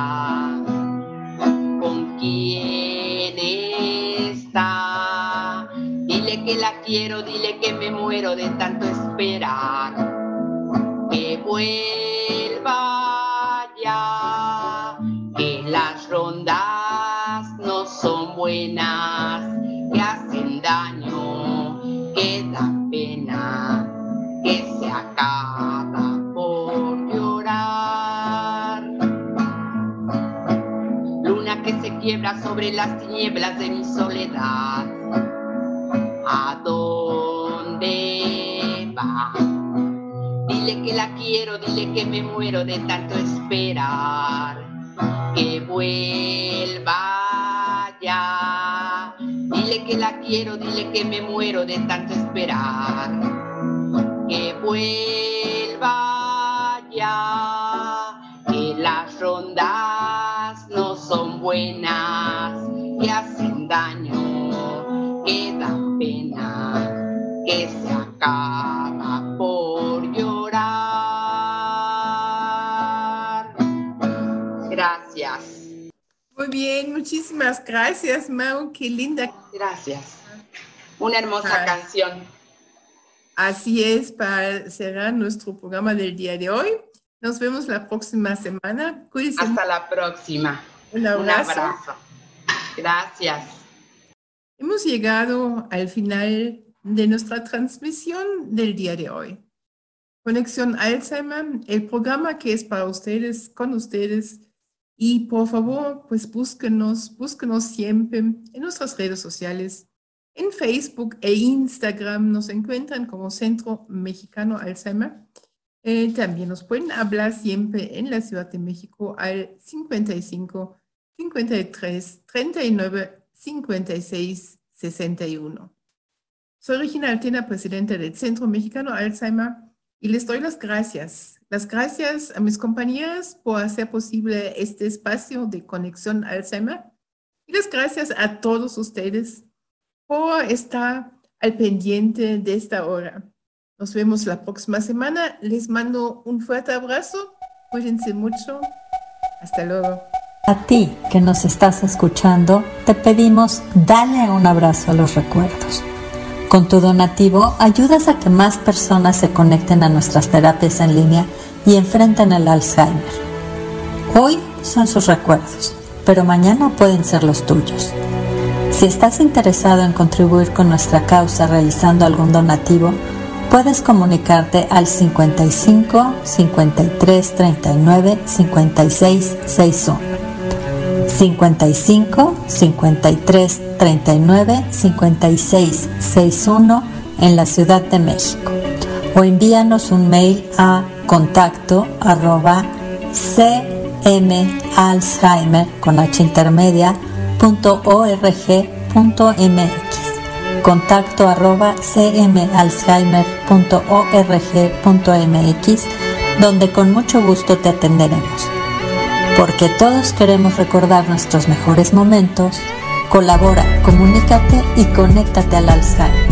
S6: ¿Con quién está? Dile que la quiero, dile que me muero de tanto esperar. Que vuelva ya, que las rondas no son buenas, que hacen daño, que dan pena, que se acaba por llorar. Luna que se quiebra sobre las tinieblas de mi soledad. ¿A dónde va? Dile que la quiero, dile que me muero de tanto esperar. Que vuelva ya. Dile que la quiero, dile que me muero de tanto esperar. Que vuelva ya. Que las rondas no son buenas, que hacen daño, que dan pena, que se acaba por llorar. Gracias.
S2: Muy bien, muchísimas gracias, Mau, qué linda.
S6: Gracias. Una hermosa canción.
S2: Así es, para cerrar nuestro programa del día de hoy. Nos vemos la próxima semana. Cuídense.
S6: Hasta la próxima.
S2: Un abrazo.
S6: Un abrazo. Gracias.
S2: Hemos llegado al final de nuestra transmisión del día de hoy. Conexión Alzheimer, el programa que es para ustedes, con ustedes. Y por favor, pues búsquenos siempre en nuestras redes sociales. En Facebook e Instagram nos encuentran como Centro Mexicano Alzheimer. También nos pueden hablar siempre en la Ciudad de México al 55 53 39 56 61. Soy Regina Altena, presidenta del Centro Mexicano Alzheimer, y les doy las gracias. Las gracias a mis compañeras por hacer posible este espacio de Conexión Alzheimer. Y las gracias a todos ustedes por estar al pendiente de esta hora. Nos vemos la próxima semana. Les mando un fuerte abrazo. Cuídense mucho. Hasta luego.
S7: A ti que nos estás escuchando, te pedimos dale un abrazo a los recuerdos. Con tu donativo, ayudas a que más personas se conecten a nuestras terapias en línea y enfrenten el Alzheimer. Hoy son sus recuerdos, pero mañana pueden ser los tuyos. Si estás interesado en contribuir con nuestra causa realizando algún donativo, puedes comunicarte al 55 53 39 56 61. 55 53 39 56 61 en la Ciudad de México, o envíanos un mail a contacto@cmalzheimer.org.mx, contacto@cmalzheimer.org.mx, donde con mucho gusto te atenderemos. Porque todos queremos recordar nuestros mejores momentos, colabora, comunícate y conéctate al Alzheimer.